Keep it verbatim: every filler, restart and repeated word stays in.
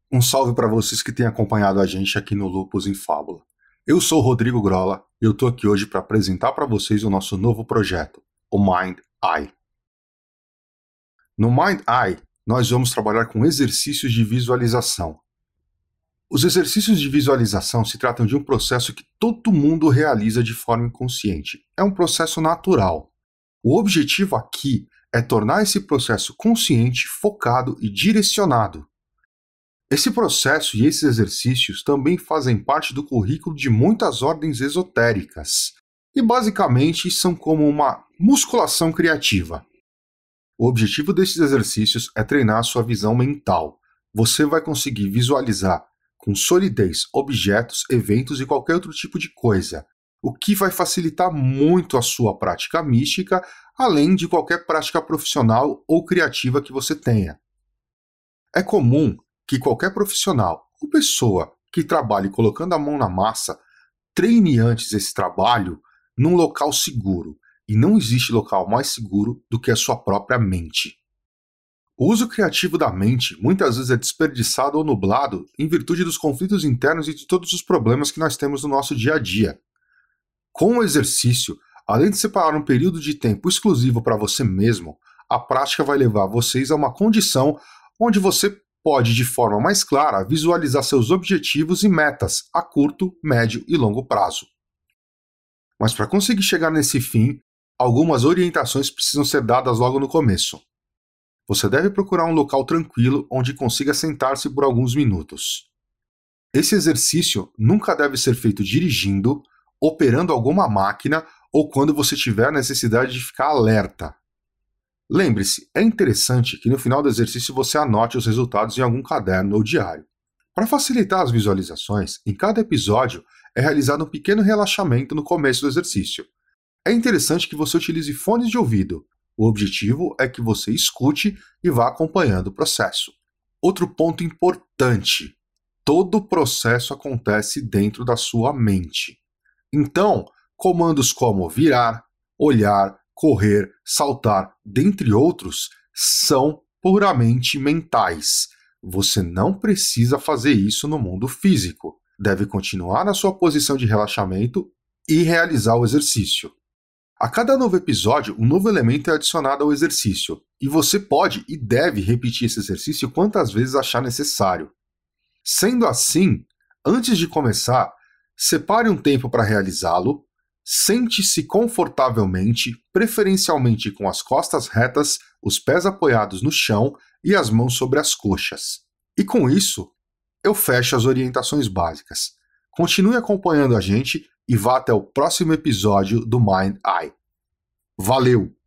Um salve para vocês que têm acompanhado a gente aqui no Lupus em Fábula. Eu sou o Rodrigo Grola e eu tô aqui hoje para apresentar para vocês o nosso novo projeto, o Mind Eye. No Mind Eye, nós vamos trabalhar com exercícios de visualização. Os exercícios de visualização se tratam de um processo que todo mundo realiza de forma inconsciente. É um processo natural. O objetivo aqui é tornar esse processo consciente, focado e direcionado. Esse processo e esses exercícios também fazem parte do currículo de muitas ordens esotéricas e basicamente são como uma musculação criativa. O objetivo desses exercícios é treinar a sua visão mental. Você vai conseguir visualizar com solidez objetos, eventos e qualquer outro tipo de coisa, o que vai facilitar muito a sua prática mística, além de qualquer prática profissional ou criativa que você tenha. É comum que qualquer profissional ou pessoa que trabalhe colocando a mão na massa treine antes esse trabalho num local seguro, e não existe local mais seguro do que a sua própria mente. O uso criativo da mente muitas vezes é desperdiçado ou nublado em virtude dos conflitos internos e de todos os problemas que nós temos no nosso dia a dia. Com o exercício, além de separar um período de tempo exclusivo para você mesmo, a prática vai levar vocês a uma condição onde você pode, de forma mais clara, visualizar seus objetivos e metas a curto, médio e longo prazo. Mas para conseguir chegar nesse fim, algumas orientações precisam ser dadas logo no começo. Você deve procurar um local tranquilo onde consiga sentar-se por alguns minutos. Esse exercício nunca deve ser feito dirigindo, operando alguma máquina ou quando você tiver necessidade de ficar alerta. Lembre-se, é interessante que no final do exercício você anote os resultados em algum caderno ou diário. Para facilitar as visualizações, em cada episódio é realizado um pequeno relaxamento no começo do exercício. É interessante que você utilize fones de ouvido. O objetivo é que você escute e vá acompanhando o processo. Outro ponto importante: todo o processo acontece dentro da sua mente. Então, comandos como virar, olhar, correr, saltar, dentre outros, são puramente mentais. Você não precisa fazer isso no mundo físico. Deve continuar na sua posição de relaxamento e realizar o exercício. A cada novo episódio, um novo elemento é adicionado ao exercício, e você pode e deve repetir esse exercício quantas vezes achar necessário. Sendo assim, antes de começar, separe um tempo para realizá-lo, sente-se confortavelmente, preferencialmente com as costas retas, os pés apoiados no chão e as mãos sobre as coxas. E com isso, eu fecho as orientações básicas. Continue acompanhando a gente e vá até o próximo episódio do Mind Eye. Valeu!